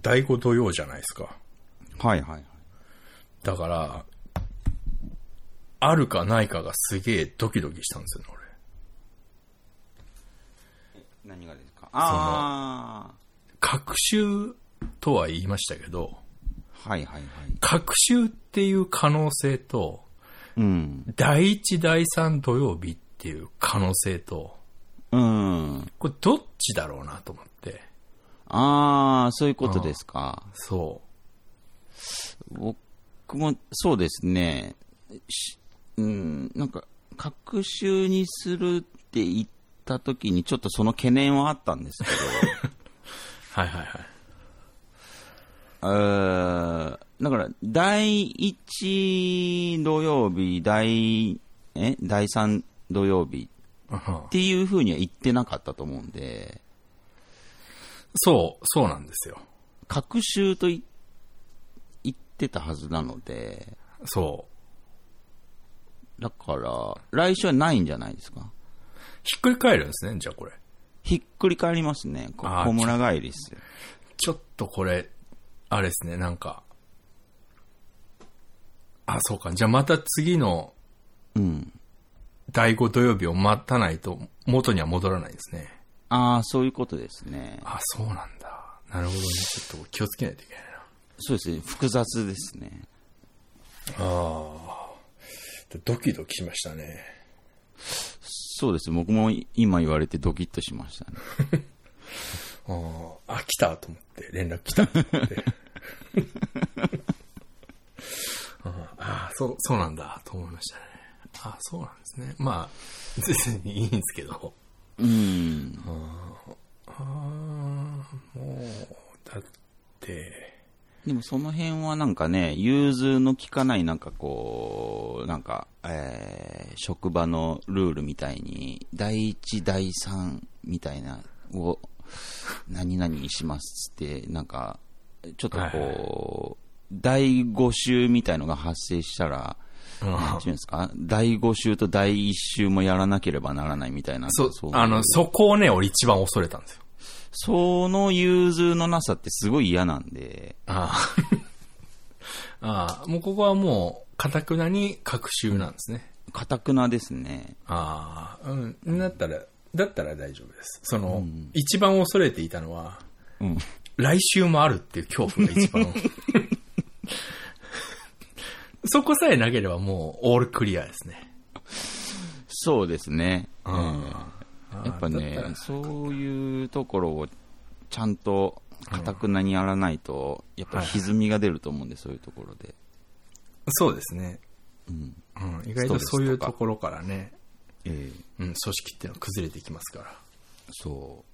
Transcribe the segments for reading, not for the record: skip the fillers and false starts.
第5土曜じゃないですか。 はいはいはい。 だから、あるかないかがすげえドキドキしたんですよね、 俺。何がですか？ああ。 隔週とは言いましたけど、 はいはいはい。 隔週っていう可能性と、 うん。 第1、第3土曜日っていう可能性と、 うん。 これどっちだろうなと思って。 ああ、そういうことですか。 そう。 僕もそうですね。なんか、隔週にするって言った時にちょっとその懸念はあったんですけど。 はいはいはい。 だから、第1土曜日、第3土曜日っていう風には言ってなかったと思うんで。 そうなんですよ。 隔週と言ってたはずなので。 そう。 だから、来週はないんじゃないですか。 ひっくり返るんですね、じゃあこれ。 ひっくり返りますね。小村帰りっすよ。 ちょっとこれ、あれですね、なんか。そうか。じゃあまた次の、第5土曜日を待たないと元には戻らないんですね。 そういうことですね。 そうなんだ。なるほどね。ちょっと気をつけないといけないな。 そうですね。複雑ですね。 ドキドキしましたね。 そうです。僕も今言われてドキッとしましたね。 来たと思って、連絡来たと思って。そうなんだと思いましたね。そうなんですね。まあ、全然いいんですけど。もう、だって。 でもその辺はなんかね、融通の利かないなんかこう、なんか、職場のルールみたいに、第一、第三みたいなを、何々しますって、なんか、ちょっとこう、第5週みたいのが発生したら、なんていうんですか、第5週と第1週もやらなければならないみたいな。 そこをね、俺一番恐れたんですよ。 その融通のなさってすごい嫌なんで。 もうここはもう、堅くなに隔週なんですね。 堅くなですね。 だったら大丈夫です。一番恐れていたのは、来週もあるっていう恐怖が一番。そこさえなければもうオールクリアですね。 そうですね。やっぱね、そういうところをちゃんと堅くなにやらないと、やっぱり歪みが出ると思うんで、そういうところで。 そうですね。意外とそういうところからね、組織っていうのは崩れていきますから。 そう。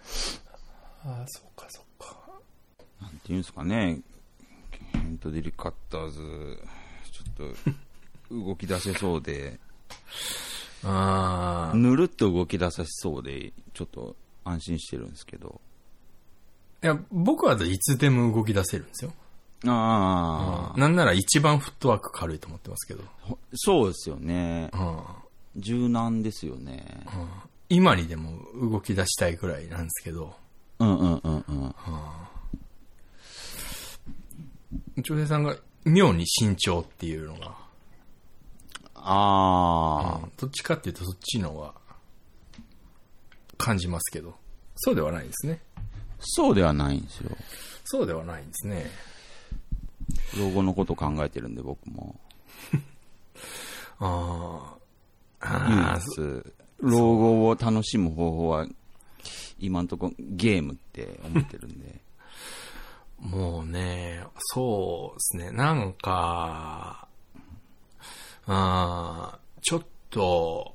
そうか。 なんていうんですかね、ヘントデリカッターズ、ちょっと動き出せそうで、ぬるっと動き出させそうで、ちょっと安心してるんですけど。 いや、僕はいつでも動き出せるんですよ。なんなら一番フットワーク軽いと思ってますけど。 そうですよね。柔軟ですよね。 今にでも動き出したいぐらいなんですけど。長平さんが妙に慎重っていうのが。どっちかっていうとそっちの方が感じますけど。そうではないですね。 そうではないんですよ。 そうではないんですね。 老後のこと考えてるんで僕も。唯一老後を楽しむ方法は今のところゲームって思ってるんで。 もうね、そうですね。なんか、ちょっと、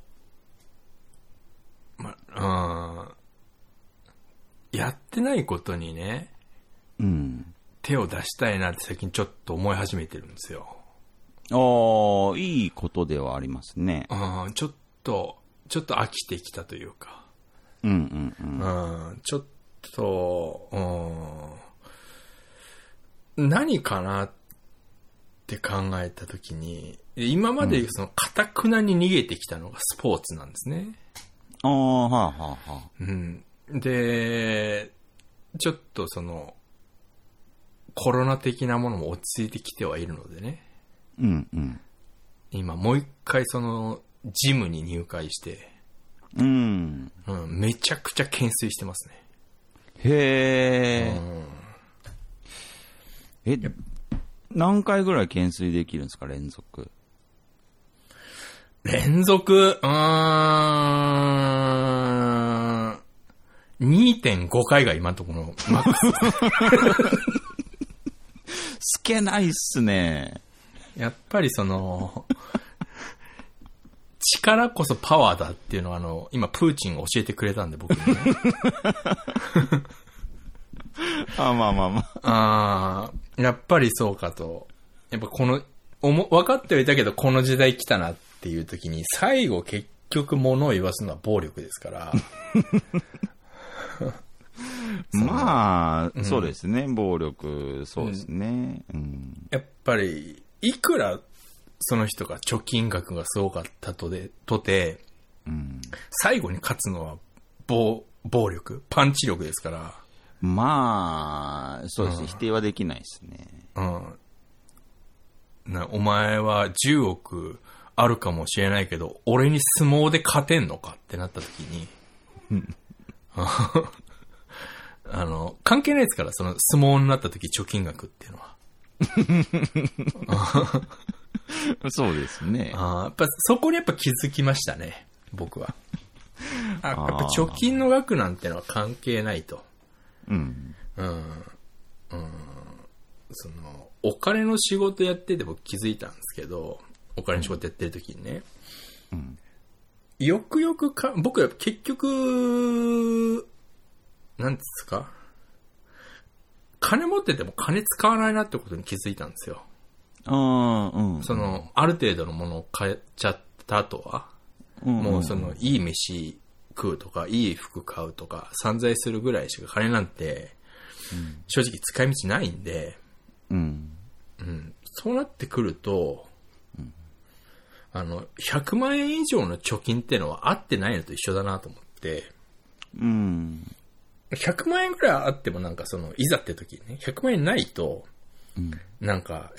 やってないことにね、手を出したいなって最近ちょっと思い始めてるんですよ。 いいことではありますね。 ちょっと飽きてきたというか。ちょっと、何かなって考えたときに、今までその堅くなに逃げてきたのがスポーツなんですね。で、ちょっとコロナ的なものも落ち着いてきてはいるのでね。 うんうん。 今もう一回その、ジムに入会して、 うん。 めちゃくちゃ懸垂してますね。 へえ。何回ぐらい懸垂できるんですか、連続。 連続、2.5 回が今のところのマックス。少ないっすね。 やっぱりその、力こそパワーだっていうのは今プーチンが教えてくれたんで僕にね。 まあ。 やっぱりそうかと。やっぱ分かってはいたけどこの時代来たなっていう時に最後結局物を言わすのは暴力ですから。 まあ、そうですね。暴力、そうですね。 やっぱり、いくらその人が貯金額がすごかったとて、最後に勝つのは暴力、パンチ力ですから。 まあ、そうです。否定はできないですね。 お前は10億あるかもしれないけど、俺に相撲で勝てんのかってなった時に、関係ないですから、その相撲になった時貯金額っていうのは。 そうですね。 やっぱそこにやっぱ気づきましたね、僕は。やっぱ貯金の額なんてのは関係ないと。その、お金の仕事やってて僕気づいたんですけど、お金の仕事やってる時にね、よくよく僕は結局、なんですか、金持ってても金使わないなってことに気づいたんですよ。その、ある程度のものを買っちゃった後は、もうその、いい飯食うとか、いい服買うとか、散財するぐらいしか金なんて、正直使い道ないんで、そうなってくると、100万円以上の貯金ってのは合ってないのと一緒だなと思って、100万円ぐらいあってもなんかその、いざって時にね、100万円ないと、なんか、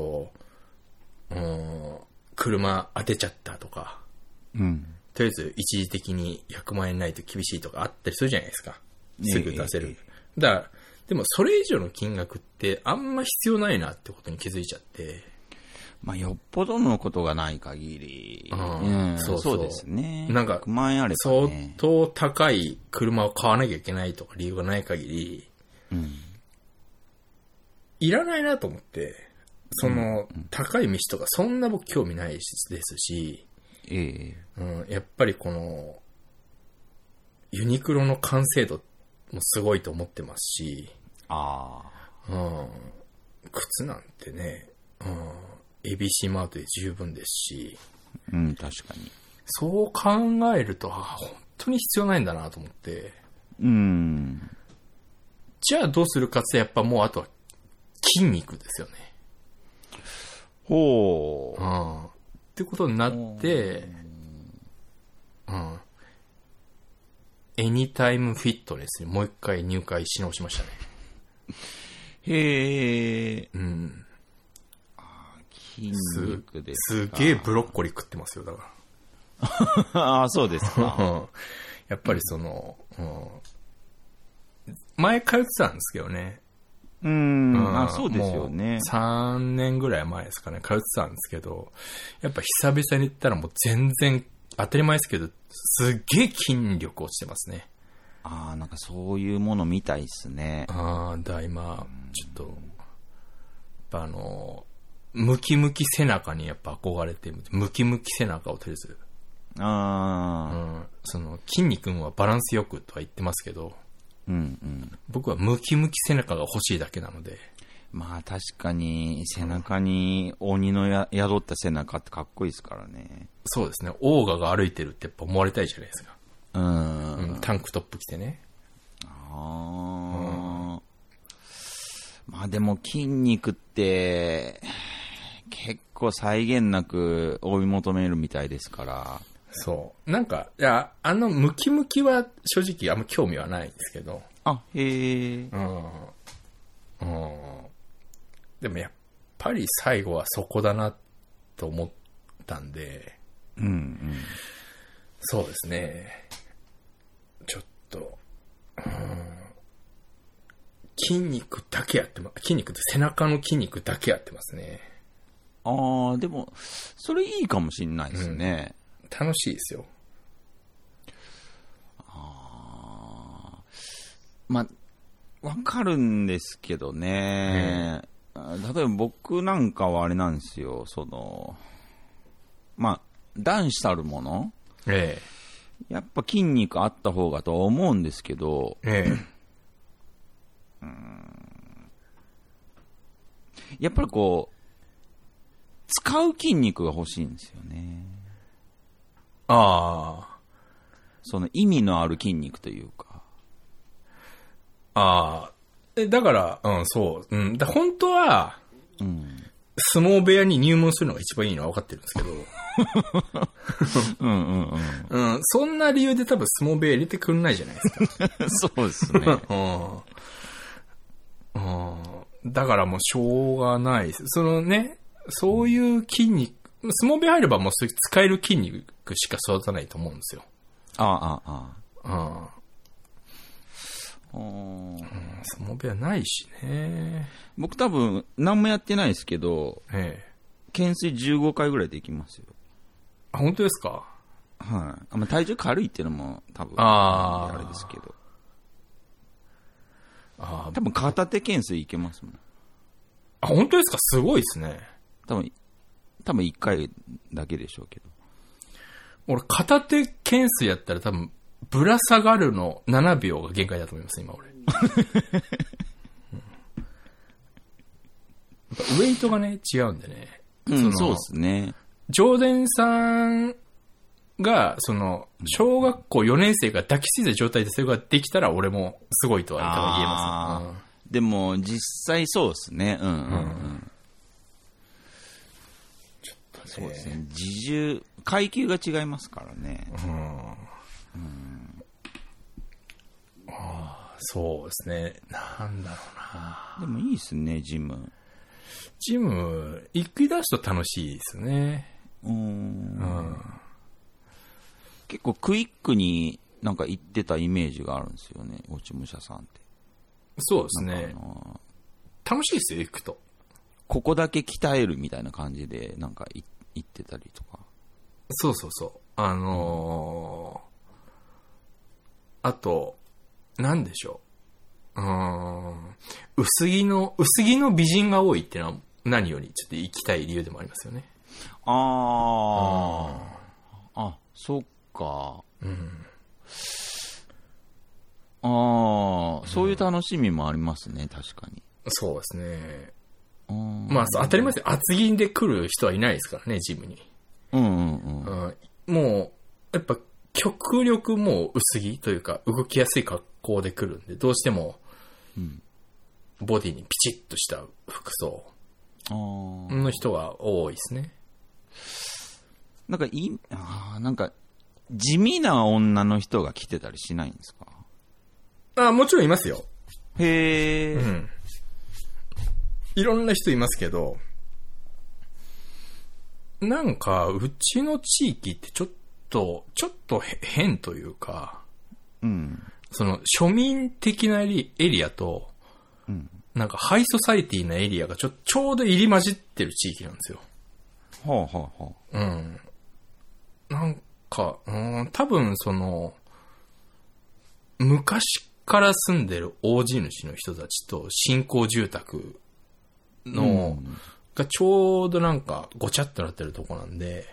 車当てちゃったとか、とりあえず一時的に100万円ないと厳しいとかあったりするじゃないですか。すぐ出せる。だから、でもそれ以上の金額ってあんま必要ないなってことに気づいちゃって。 まあ、よっぽどのことがない限り。そうですね。 なんか、 100万円あればね、相当高い車を買わなきゃいけないとか理由がない限り、いらないなと思って、その、高い飯とかそんな僕興味ないですし、やっぱりこの、ユニクロの完成度もすごいと思ってますし、靴なんてね、ABC マートで十分ですし、 確かに。 そう考えると、本当に必要ないんだなと思って、じゃあどうするかってやっぱもうあとは筋肉ですよね。ってことになって、エニタイムフィットネスにもう一回入会し直しましたね。 筋肉ですか。すげえブロッコリー食ってますよ、だから。そうですか。 やっぱりその、前通ってたんですけどね。 そうですよね。 3年ぐらい前ですかね、通ってたんですけど、やっぱ久々に行ったらもう全然、当たり前ですけど、すっげえ筋力落ちてますね。 なんかそういうものみたいですね。 今、ちょっと、やっぱムキムキ背中にやっぱ憧れて、ムキムキ背中をとりあえず。その、筋肉はバランスよくとは言ってますけど、僕はムキムキ背中が欲しいだけなので。 まあ確かに背中に鬼の宿った背中ってかっこいいですからね。 そうですね。オーガが歩いてるってやっぱ思われたいじゃないですか。タンクトップ着てね。 まあでも筋肉って結構際限なく追い求めるみたいですから。 そう。なんか、いや、ムキムキは正直あんま興味はないんですけど。 でもやっぱり最後はそこだなと思ったんで、 うんうん、 そうですね。ちょっと、筋肉だけやってます。筋肉って背中の筋肉だけやってますね。 ああ、でも、それいいかもしれないですね。 楽しいですよ。 まあ、わかるんですけどね。例えば僕なんかはあれなんですよ。まあ、男子たるもの。やっぱ筋肉あった方がとは思うんですけど。やっぱりこう、使う筋肉が欲しいんですよね。 ああ。 その意味のある筋肉というか。 ああ。だから、そう。本当は、相撲部屋に入門するのが一番いいのは分かってるんですけど。そんな理由で多分相撲部屋入れてくんないじゃないですか。 そうですね。 だからもうしょうがないです。そういう筋肉、相撲部屋入ればもう使える筋肉しか育たないと思うんですよ。相撲部屋ないしね。 僕多分何もやってないですけど、懸垂15回ぐらいできますよ。 あ、本当ですか？ はい。体重軽いっていうのも多分あれですけど。多分片手懸垂いけますもん。 あ、本当ですか？すごいですね。 多分1回だけでしょうけど。 俺片手懸垂やったら多分ぶら下がるの7秒が限界だと思います、今俺。ウェイトがね、違うんでね。 そうですね。 上田さんが、小学校4年生が抱きついた状態でそれができたら俺もすごいとは多分言えます。 でも、実際そうですね。 ちょっとね。 そうですね。自重、階級が違いますからね。 そうですね。なんだろうな。 でもいいですね、ジム。 ジム、行き出すと楽しいですね。 結構クイックになんか行ってたイメージがあるんですよね、落ち武者さんって。 そうですね。楽しいですよ、行くと。 ここだけ鍛えるみたいな感じで、なんか行ってたりとか。 そう。あと、なんでしょう。薄着の美人が多いっていうのは何よりちょっと行きたい理由でもありますよね。 そっか。そういう楽しみもありますね、確かに。 そうですね。まあ、当たり前ですよ。厚着で来る人はいないですからね、ジムに。もう、やっぱ、極力もう薄着というか、動きやすい格好で来るんで、どうしても、ボディにピチッとした服装の人が多いですね。 なんか、地味な女の人が来てたりしないんですか？ もちろんいますよ。 へー。 いろんな人いますけど、なんか、うちの地域ってちょっと変というか、庶民的なエリアと、なんかハイソサイティなエリアがちょうど入り混じってる地域なんですよ。なんか、多分昔から住んでる大地主の人たちと新興住宅の、がちょうどなんかごちゃっとなってるとこなんで、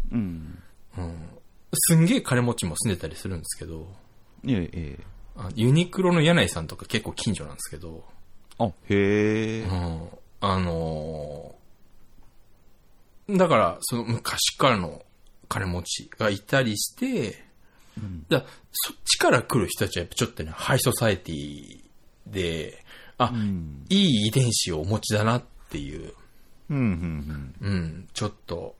すんげえ金持ちも住んでたりするんですけど、ユニクロの柳井さんとか結構近所なんですけど、 へえ。 だから昔からの金持ちがいたりして、そっちから来る人たちはやっぱちょっとね、ハイソサエティで、いい遺伝子をお持ちだなっていう、ちょっと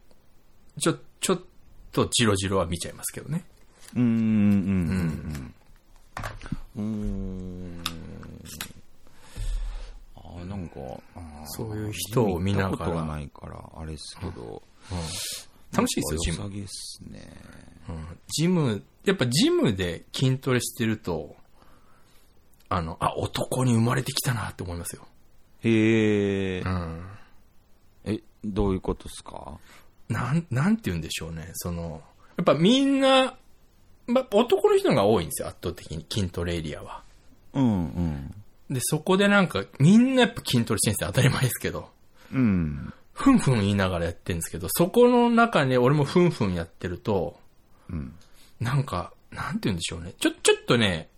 ジロジロは見ちゃいますけどね。 なんか、 そういう人を見ながら。 見たことがないから、あれですけど。 楽しいですよ、ジム。 良さげっすね。 ジム、やっぱジムで筋トレしてると、男に生まれてきたなって思いますよ。 へえ。どういうことですか？ なんて言うんでしょうね。やっぱみんな、男の人が多いんですよ、圧倒的に筋トレエリアは。で、そこでなんか、みんなやっぱ筋トレしてるんですよ、当たり前ですけど。ふんふん言いながらやってるんですけど、そこの中で俺もふんふんやってると、なんか、なんて言うんでしょうね。ちょっとね、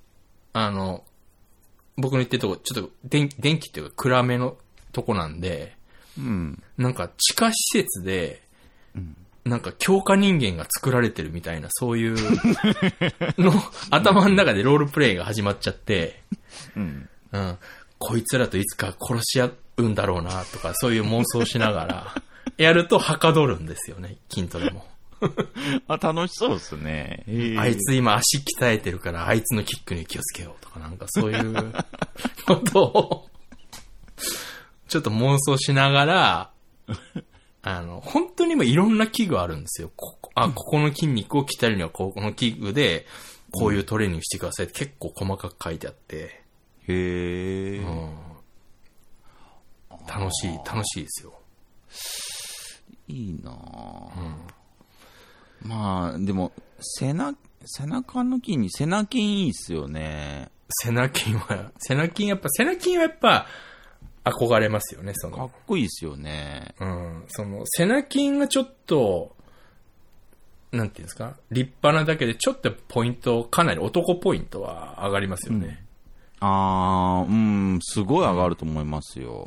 僕の言ってるとこ、ちょっと電気っていうか暗めのとこなんで、なんか地下施設で、なんか強化人間が作られてるみたいな、そういうの、頭の中でロールプレイが始まっちゃって、こいつらといつか殺し合うんだろうなとか、そういう妄想しながら、やるとはかどるんですよね、筋トレも。 楽しそうですね。 あいつ今足鍛えてるから、あいつのキックに気をつけようとか、なんかそういうことを、ちょっと妄想しながら、本当に今いろんな器具あるんですよ。ここの筋肉を鍛えるにはここの器具で、こういうトレーニングしてくださいって結構細かく書いてあって。 へー。 楽しいですよ。 いいなぁ。まあ、でも、背中の筋に、背中筋いいっすよね。 背中筋はやっぱ、憧れますよね、 かっこいいっすよね。 背中筋がちょっと、なんていうんですか、立派なだけでちょっとポイント、かなり男ポイントは上がりますよね。 すごい上がると思いますよ。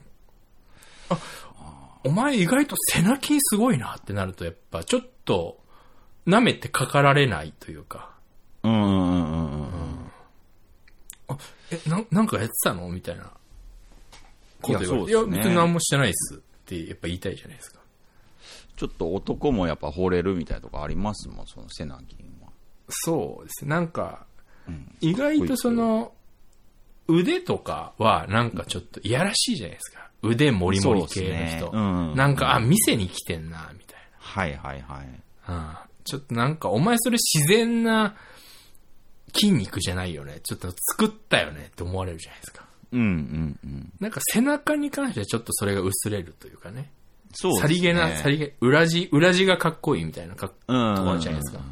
お前意外と背中筋すごいなってなると、やっぱちょっと、舐めてかかられないというか。なんかやってたのみたいな。こと言われて、いや、別に何もしてないっすってやっぱ言いたいじゃないですか。 ちょっと男もやっぱ惚れるみたいなとこありますもん、その背中筋は。 そうですね。なんか、意外と腕とかはなんかちょっといやらしいじゃないですか。腕モリモリ系の人。なんか、店に来てんな、みたいな。ちょっとなんか、お前それ自然な筋肉じゃないよね。ちょっと作ったよねって思われるじゃないですか。なんか背中に関してはちょっとそれが薄れるというかね。 そうですね。 さりげ、裏地がかっこいいみたいなところじゃないですか。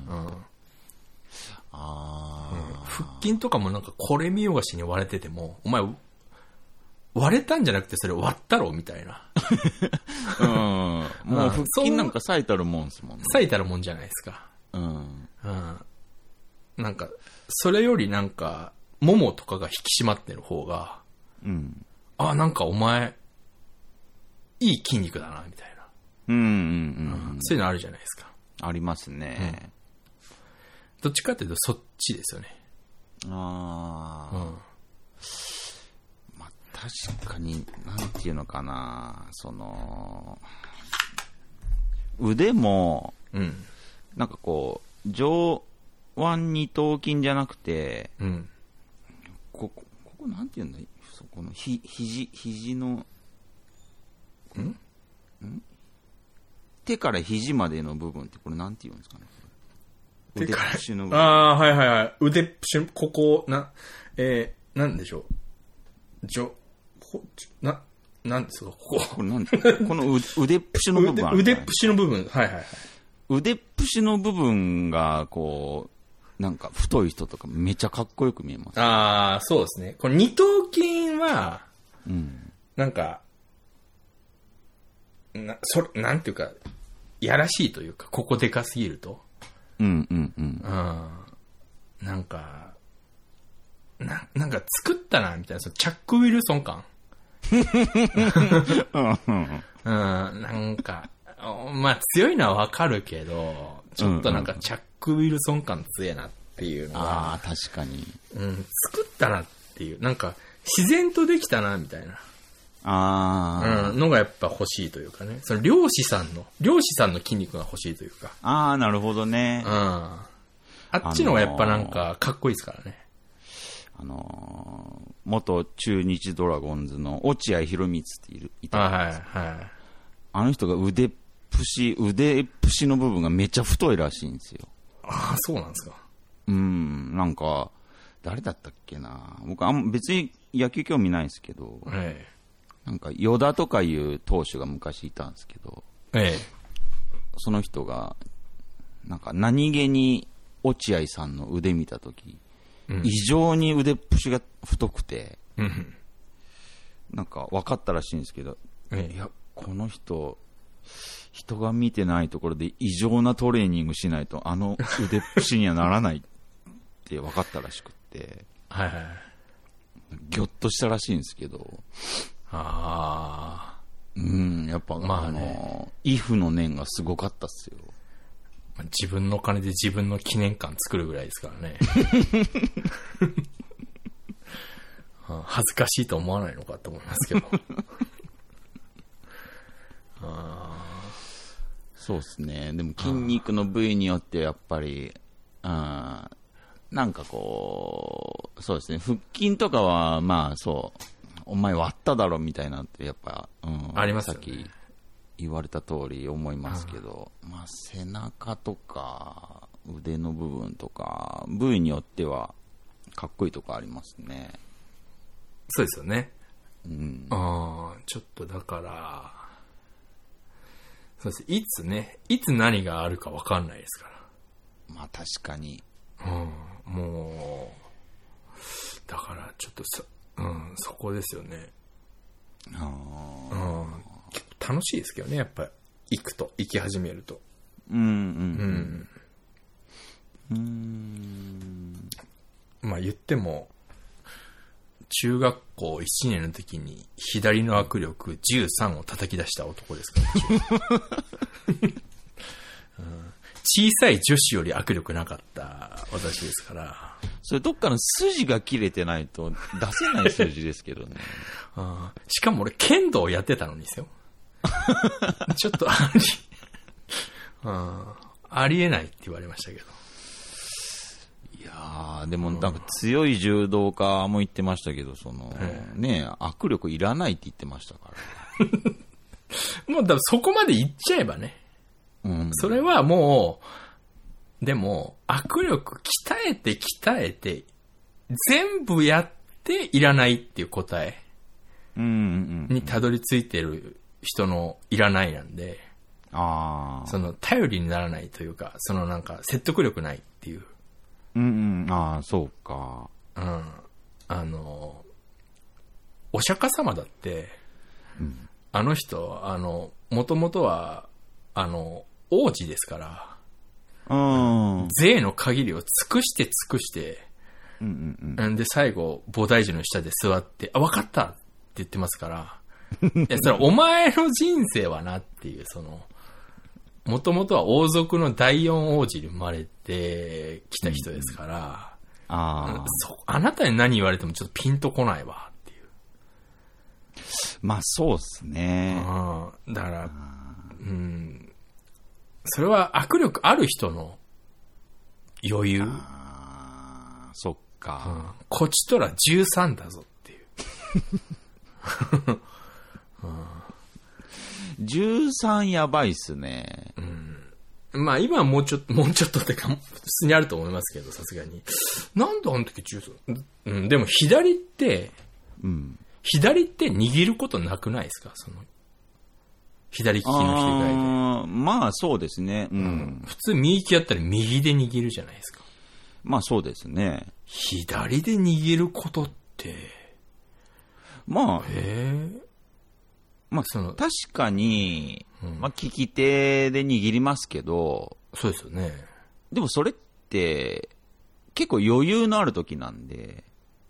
腹筋とかもなんかこれ見よがしに割れてても、お前、割れたんじゃなくてそれ割ったろみたいな。 もう腹筋なんか最たるもんですもんね。 最たるもんじゃないですか。なんか、それよりなんか、ももとかが引き締まってる方が、なんかお前、いい筋肉だな、みたいな。そういうのあるじゃないですか。 ありますね。 どっちかっていうとそっちですよね。 確かに、なんていうのかな、腕も、なんかこう、上腕二頭筋じゃなくて、ここなんていうんだ、この肘の、手から肘までの部分ってこれなんて言うんですかね。 腕プッシュの部分。はいはいはい。腕プッシュ、ここ、なんでしょう。なんですか、ここの腕プッシュの部分ある、 腕プッシュの部分。はいはいはい。 腕プッシュの部分が、こう、なんか太い人とかめっちゃかっこよく見えます。 そうですね。この二頭筋は、なんか、なんていうか、やらしいというか、ここでかすぎると。なんか作ったな、みたいな、チャック・ウィルソン感。なんか、まあ強いのはわかるけど、ちょっとなんかチャック・ウィルソン感強いなっていうのは。 確かに。 作ったなっていう、なんか自然とできたな、みたいな。のがやっぱ欲しいというかね。その漁師さんの筋肉が欲しいというか。 なるほどね。 あっちのがやっぱなんかかっこいいですからね。 元中日ドラゴンズの落合博満っていたんですよ。 はいはい。 あの人が腕っぷしの部分がめっちゃ太いらしいんですよ。 ああ、そうなんですか。 なんか、誰だったっけな。僕別に野球興味ないんですけど、なんか与田とかいう投手が昔いたんですけど、その人が、なんか何気に落合さんの腕見たとき、異常に腕っぷしが太くて、なんか分かったらしいんですけど、いや、この人が見てないところで異常なトレーニングしないとあの腕っぷしにはならないって分かったらしくって、ぎょっとしたらしいんですけど、やっぱ、イフの念がすごかったっすよ。 自分の金で自分の記念館作るぐらいですからね。恥ずかしいと思わないのかと思いますけど。 そうですね。でも筋肉の部位によってやっぱり、なんかこう、そうですね。腹筋とかは、まあそう、お前割っただろみたいなってやっぱ、 ありますよね。 さっき言われた通り思いますけど、まあ背中とか腕の部分とか部位によってはかっこいいとこありますね。 そうですよね。ちょっとだから、そうです。いつ何があるか分かんないですから。 まあ確かに。 もう、だからちょっとそこですよね。楽しいですけどね、やっぱり行き始めると。まあ言っても、中学校1年の時に左の握力13を叩き出した男ですからね。小さい女子より握力なかった私ですから。 それどっかの筋が切れてないと出せない数字ですけどね。 しかも俺剣道やってたのにですよ。ちょっとありえないって言われましたけど。 いやー、でもなんか強い柔道家も言ってましたけど、握力いらないって言ってましたから。 もうだからそこまで行っちゃえばね。それはもう、でも握力鍛えて、全部やっていらないっていう答えにたどり着いてる人のいらないなんで、その頼りにならないというか、そのなんか説得力ないっていう。 そうか。 お釈迦様だって、あの人、もともとは、王子ですから、税の限りを尽くして、で、最後、菩提樹の下で座って、分かったって言ってますから、それお前の人生はなっていう、もともとは王族の第四王子に生まれてきた人ですから、あなたに何言われてもちょっとピンとこないわっていう。 まあそうっすね。 だから、それは握力ある人の余裕。 そっか。 こっちとら13だぞっていう。 13やばいっすね。 まあ今はもうちょっとってか、普通にあると思いますけど、さすがに。なんであの時13？でも左って、握ることなくないですか？左利きの人以外で。 まあそうですね。 普通右利きやったら右で握るじゃないですか。 まあそうですね。 左で握ることって。 まあ、確かに、利き手で握りますけど。 そうですよね。 でもそれって、結構余裕のある時なんで。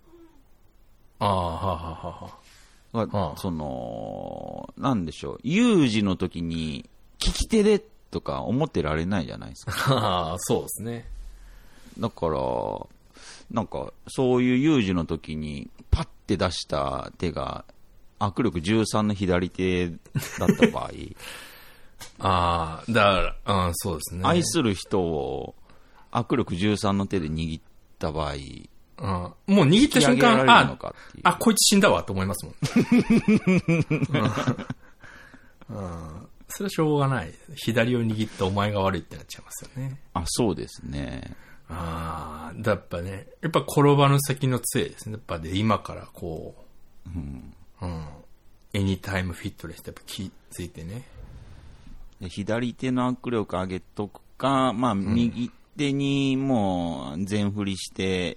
なんでしょう。有事の時に、利き手でとか思ってられないじゃないですか。 そうですね。 だから、なんか、そういう有事の時に、パッて出した手が、握力13の左手だった場合。 だから、そうですね。 愛する人を、握力13の手で握った場合、 もう握った瞬間、こいつ死んだわと思いますもん。それはしょうがない。左を握ったお前が悪いってなっちゃいますよね。 そうですね。 やっぱね、やっぱ転ばぬ先の杖ですね。やっぱで、今からこう、エニタイムフィットネスってやっぱ気づいてね。 で左手の握力上げとくか、右手にもう全振りして、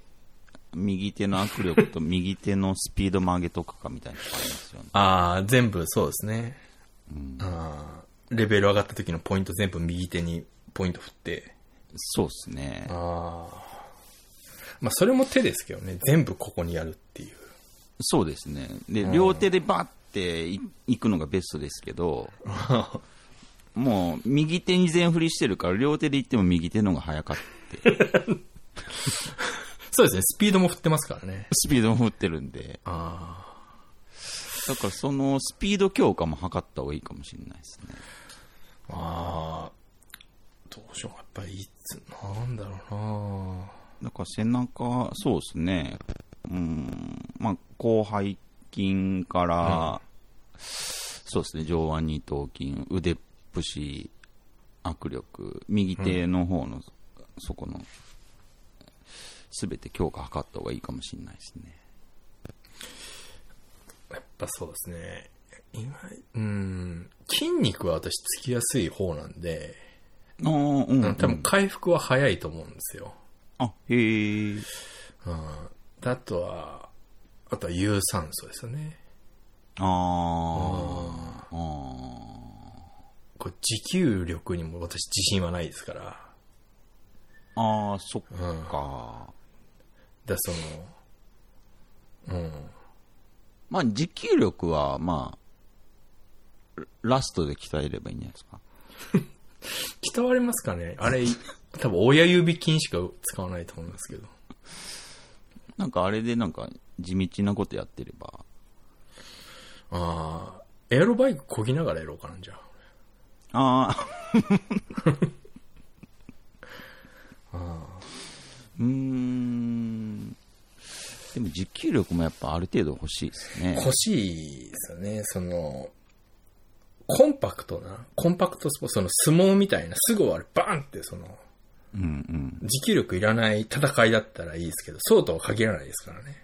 右手の握力と右手のスピードも上げとくかみたいなのがありますよね。 全部そうですね。レベル上がった時のポイント全部右手にポイント振って。 そうですね。 それも手ですけどね。全部ここにやるっていう。 そうですね。で、両手でバッていくのがベストですけど、もう右手に全振りしてるから両手でいっても右手の方が早かった。 そうですね。スピードも振ってますからね。 スピードも振ってるんで。だからそのスピード強化も測った方がいいかもしれないですね。 どうしよう。やっぱりなんだろうな。 だから背中、そうですね。広背筋から、そうですね、上腕二頭筋、腕っぷし、握力、右手の方の、そこの、すべて強化測った方がいいかもしれないですね。 やっぱそうですね。筋肉は私つきやすい方なんで、多分回復は早いと思うんですよ。 へえ。 あとは有酸素ですよね。これ持久力にも私自信はないですから。 そっか。持久力はラストで鍛えればいいんじゃないですか。 鍛われますかね。あれ多分親指筋しか使わないと思いますけど。 あれで地道なことやってれば。 エアロバイク漕ぎながらやろうかな、じゃでも持久力もやっぱある程度欲しいですね。 欲しいですよね。コンパクトスポーツ、相撲みたいな、すぐ終わる、バーンって、持久力いらない戦いだったらいいですけど、そうとは限らないですからね。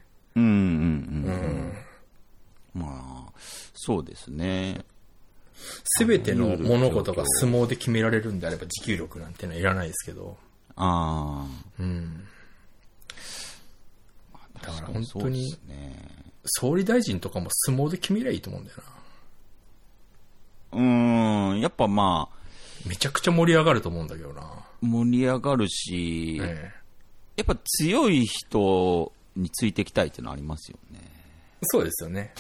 そうですね。 すべての物事が相撲で決められるんであれば、持久力なんてのはいらないですけど。だから本当に、総理大臣とかも相撲で決めりゃいいと思うんだよな。 やっぱめちゃくちゃ盛り上がると思うんだけどな。 盛り上がるし、やっぱ強い人についていきたいっていうのはありますよね。 そうですよね。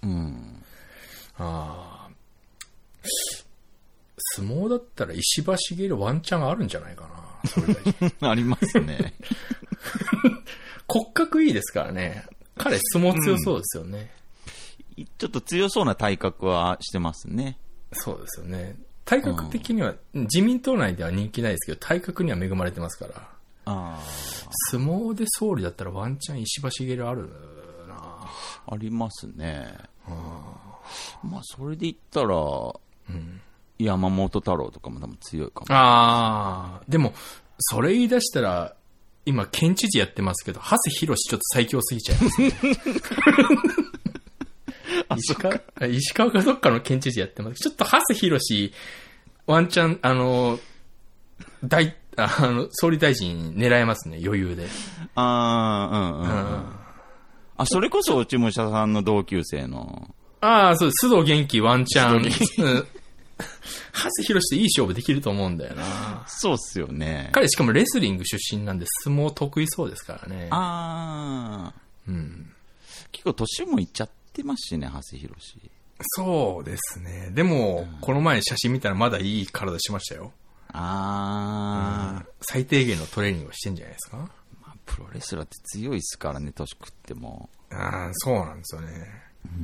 相撲だったら石破茂ワンチャンあるんじゃないかな。総理大臣ありますね。 骨格いいですからね。彼相撲強そうですよね。 ちょっと強そうな体格はしてますね。 そうですよね。体格的には、自民党内では人気ないですけど、体格には恵まれてますから。相撲で総理だったらワンチャン石破茂あるな。 ありますね。それで言ったら、山本太郎とかも多分強いかも。 でも、それ言い出したら、今、県知事やってますけど、長谷博ちょっと最強すぎちゃいますね。石川かどっかの県知事やってます。ちょっと長谷博ワンチャン、総理大臣狙えますね、余裕で。 それこそ内武者さんの同級生の。 そうです。須藤元気ワンチャン。長谷博っていい勝負できると思うんだよな。 そうっすよね。 彼しかもレスリング出身なんで相撲得意そうですからね。 結構年もいっちゃってますしね、長谷博。 そうですね。でも、この前写真見たらまだいい体しましたよ。最低限のトレーニングをしてんじゃないですか。 プロレスラーって強いっすからね、年食っても。 そうなんですよね。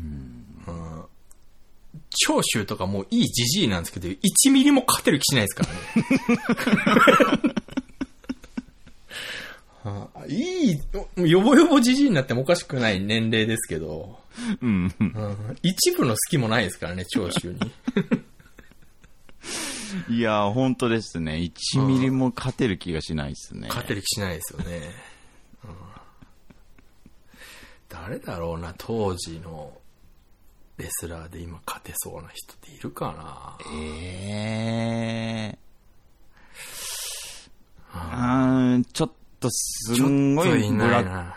長州とかもういいジジイなんですけど、1ミリも勝てる気しないですからね。 いい、よぼよぼじじいになってもおかしくない年齢ですけど、 うん。 一部の隙もないですからね、長州に。 いや、本当ですね。1ミリも勝てる気がしないですね。 勝てる気しないですよね。誰だろうな、当時のレスラーで今勝てそうな人っているかな。 ちょっとすんごいブラ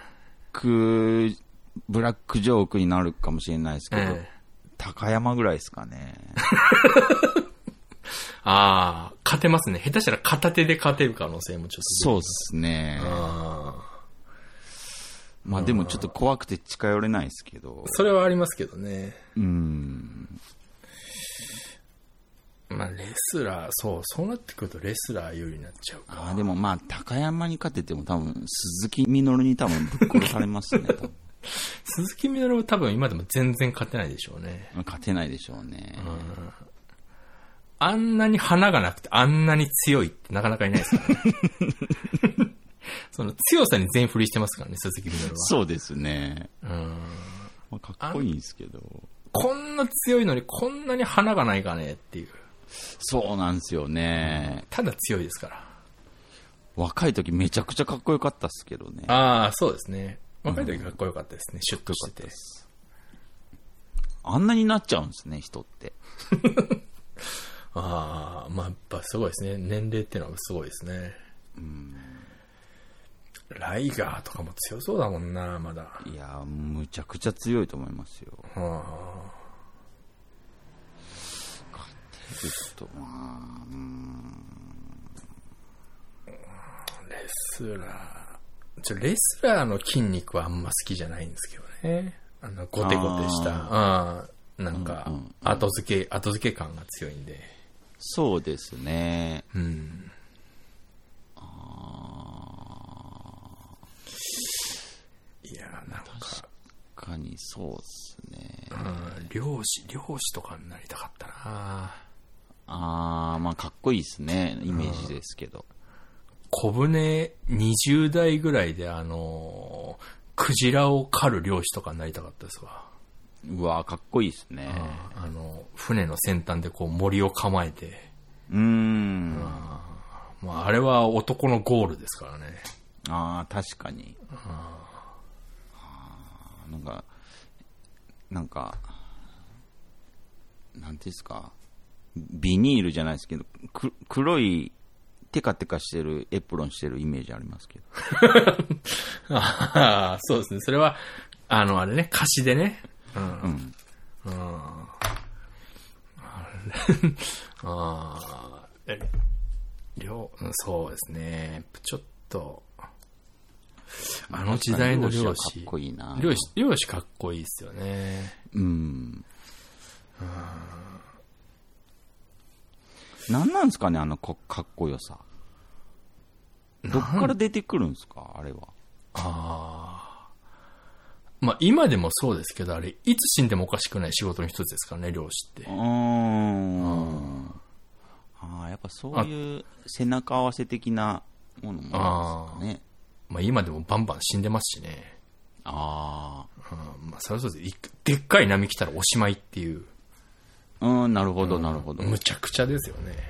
ックジョークになるかもしれないですけど、高山ぐらいですかね。 勝てますね。下手したら片手で勝てる可能性もちょっと。 そうですね。まあでもちょっと怖くて近寄れないですけど。 それはありますけどね。まあレスラー、そうなってくるとレスラー有利になっちゃうか。 でもまあ高山に勝てても多分鈴木みのるに多分ぶっ殺されますね。 鈴木みのるは多分今でも全然勝てないでしょうね。 勝てないでしょうね。 あんなに花がなくてあんなに強いってなかなかいないですからね。その強さに全振りしてますからね、鈴木みのるは。 そうですね。まあ、かっこいいんですけど。 こんな強いのにこんなに花がないかねっていう。 そうなんですよね。 ただ強いですから。 若い時めちゃくちゃかっこよかったっすけどね。 そうですね。若い時かっこよかったですね。シュッとしてて。 あんなになっちゃうんですね、人って。 まあやっぱすごいですね。年齢っていうのはすごいですね。ライガーとかも強そうだもんな、まだ。 いや、むちゃくちゃ強いと思いますよ。勝てると、 レスラーの筋肉はあんま好きじゃないんですけどね。ゴテゴテした、なんか、後付け感が強いんで。 そうですね。 いや、なんか。 確かにそうですね。 漁師とかになりたかったな。 まあかっこいいですね。イメージですけど。 小舟20代ぐらいでクジラを狩る漁師とかになりたかったですわ。 うわかっこいいですね。 船の先端でこう森を構えて。まあ、あれは男のゴールですからね。 確かに。なんか、なんていうんですか、ビニールじゃないですけど、黒い、テカテカしてるエプロンしてるイメージありますけど。 そうですね。それは、あれね、歌詞でね。そうですね。ちょっと、あの時代の漁師。 かっこいいな。 漁師かっこいいですよね。 なんなんですかね、かっこよさ。どっから出てくるんですか、あれは。 まあ今でもそうですけど、あれ、いつ死んでもおかしくない仕事の一つですからね、漁師って。 やっぱそういう背中合わせ的なものもあるんですかね。 まあ今でもバンバン死んでますしね。 まあそれはそうです。でっかい波来たらおしまいっていう。 なるほど、なるほど。 むちゃくちゃですよね。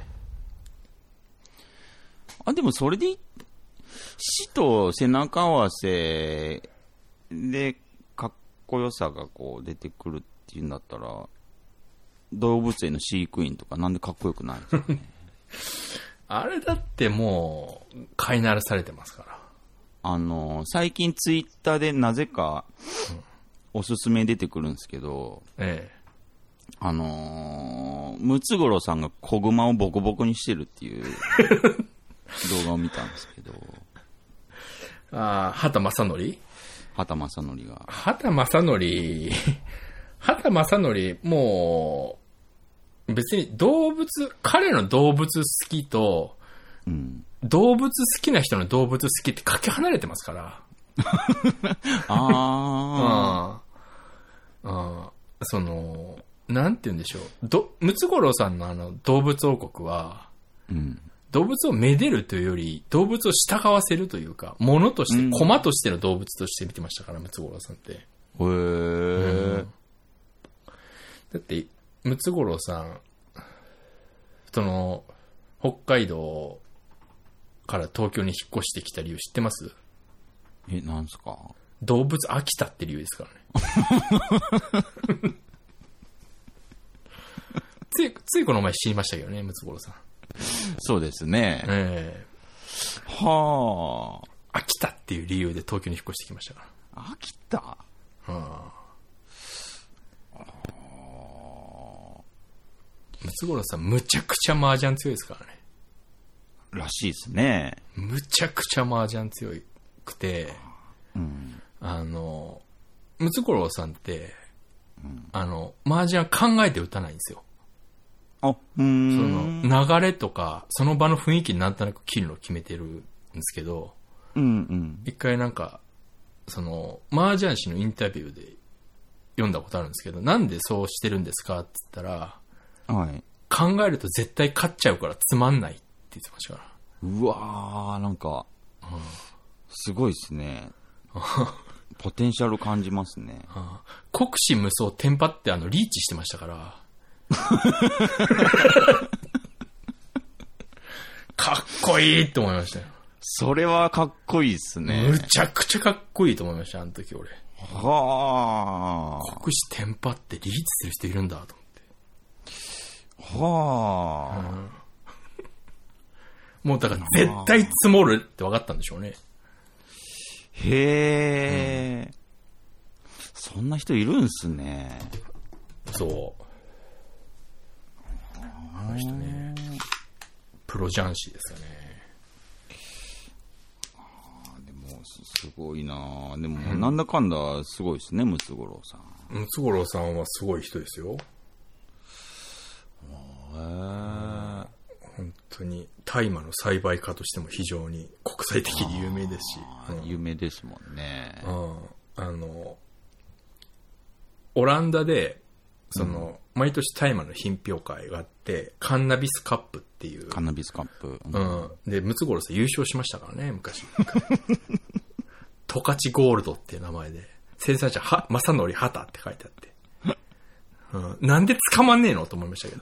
でもそれで、死と背中合わせで、かっこよさがこう出てくるっていうんだったら、動物園の飼育員とかなんでかっこよくないんですかね。 あれだってもう、飼いならされてますから。 最近ツイッターでなぜか、おすすめ出てくるんですけど、ムツゴロウさんが子グマをボコボコにしてるっていう動画を見たんですけど。 畑正則が。 畑正則、もう、別に彼の動物好きと、動物好きな人の動物好きってかけ離れてますから。なんて言うんでしょう。ムツゴロウさんの動物王国は、 動物をめでるというより、動物を従わせるというか、物として、駒としての動物として見てましたから、ムツゴロウさんって。 へー。 だって、ムツゴロウさん、北海道から東京に引っ越してきた理由知ってます？ なんすか？ 動物飽きたって理由ですからね。ついこの前知りましたけどね、ムツゴロウさん。 そうですね。はあ。飽きたっていう理由で東京に引っ越してきましたから。飽きた？はあ。ムツゴロウさんむちゃくちゃ麻雀強いですからね。 らしいですね。 むちゃくちゃ麻雀強くて、ムツゴロウさんって、麻雀考えて打たないんですよ。その流れとか、その場の雰囲気になんとなく切るのを決めてるんですけど、一回なんか、麻雀師のインタビューで読んだことあるんですけど、なんでそうしてるんですかって言ったら、 はい、 考えると絶対勝っちゃうからつまんないって言ってましたから。 うわー、なんか、すごいですね。ポテンシャル感じますね。 国士無双テンパってリーチしてましたから。かっこいいって思いましたよ。 それはかっこいいですね。 むちゃくちゃかっこいいと思いました、あの時俺。 はあ。 国士テンパってリーチする人いるんだと思って。 はあ。 もうだから絶対積もるって分かったんでしょうね。 へえ、そんな人いるんすね。 そう。あの人ね、プロ雀士ですよね。 でもすごいな。でもなんだかんだすごいですね、ムツゴロウさん。 ムツゴロウさんはすごい人ですよ。本当に大麻の栽培家としても非常に国際的に有名ですし、 有名ですもんね。 オランダで毎年大麻の品評会があって、カンナビスカップっていう、 カンナビスカップ、 でムツゴロウさん優勝しましたからね、昔。十勝ゴールドっていう名前で、生産者正則畑って書いてあって、なんで捕まんねえのと思いましたけど。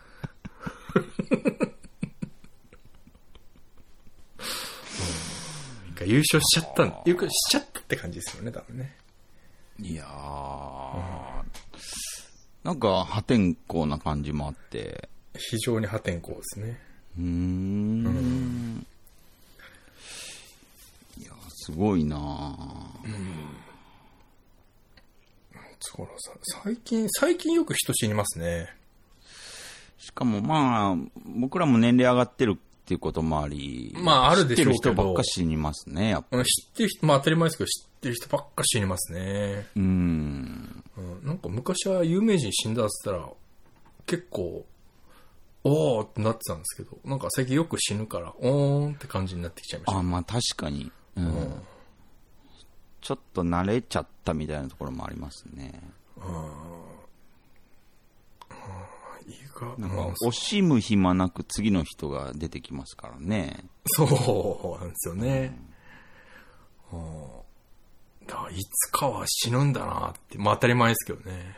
優勝しちゃったって感じですよね、多分ね。 いやー、なんか破天荒な感じもあって、 非常に破天荒ですね。 いや、すごいな。 そう最近よく人死にますね。 しかもまあ僕らも年齢上がってるっていうこともあり、 まああるでしょうけど、 知ってる人ばっか死にますね、やっぱり。 知ってる人、まあ当たり前ですけど、知ってる人ばっか死にますね。なんか昔は有名人死んだって言ったら、結構、おーってなってたんですけど、なんか最近よく死ぬから、おーんって感じになってきちゃいました。 まあ確かに。ちょっと慣れちゃったみたいなところもありますね。なんか惜しむ暇なく次の人が出てきますからね。 そうなんですよね。いつかは死ぬんだなって、まあ当たり前ですけどね。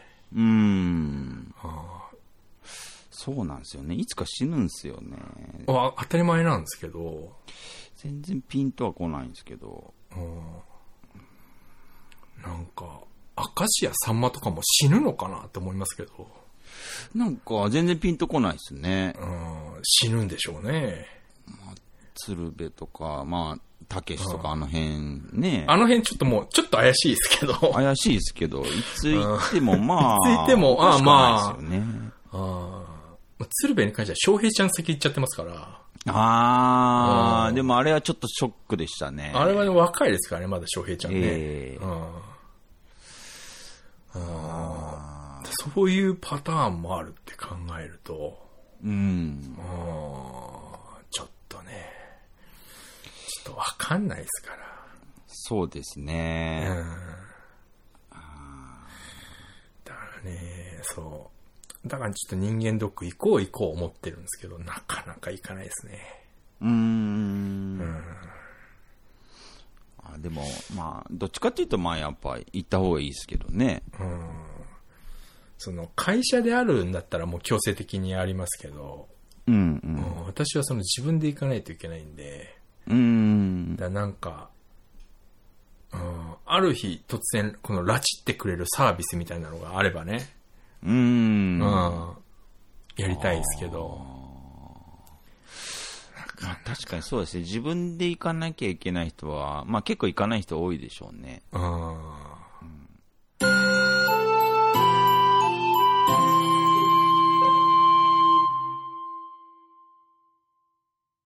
そうなんですよね。いつか死ぬんですよね。 当たり前なんですけど。 全然ピンとは来ないんですけど。 なんか、明石家さんまとかも死ぬのかなって思いますけど。 なんか全然ピンとこないですね。 死ぬんでしょうね。 鶴瓶とか、まあ、たけしとかあの辺ね。 あの辺ちょっと怪しいですけど。 怪しいですけど、いつ行ってもまあ。 いつ行っても、まあ。 ですよね。 鶴瓶に関しては翔平ちゃん先行っちゃってますから。 でもあれはちょっとショックでしたね。 あれはね、若いですからね、まだ翔平ちゃんね。そういうパターンもあるって考えると、ちょっとね、ちょっとわかんないですから。 そうですね。 だからね、そう。だからちょっと人間ドック行こう思ってるんですけど、なかなか行かないですね。 でも、まあ、どっちかっていうと、まあ、やっぱ行った方がいいですけどね。 その会社であるんだったらもう強制的にありますけど、私はその自分で行かないといけないんで、だなんか、ある日突然この拉致ってくれるサービスみたいなのがあればね、やりたいですけど、 まあ、確かにそうですね。自分で行かなきゃいけない人は、まあ結構行かない人多いでしょうね。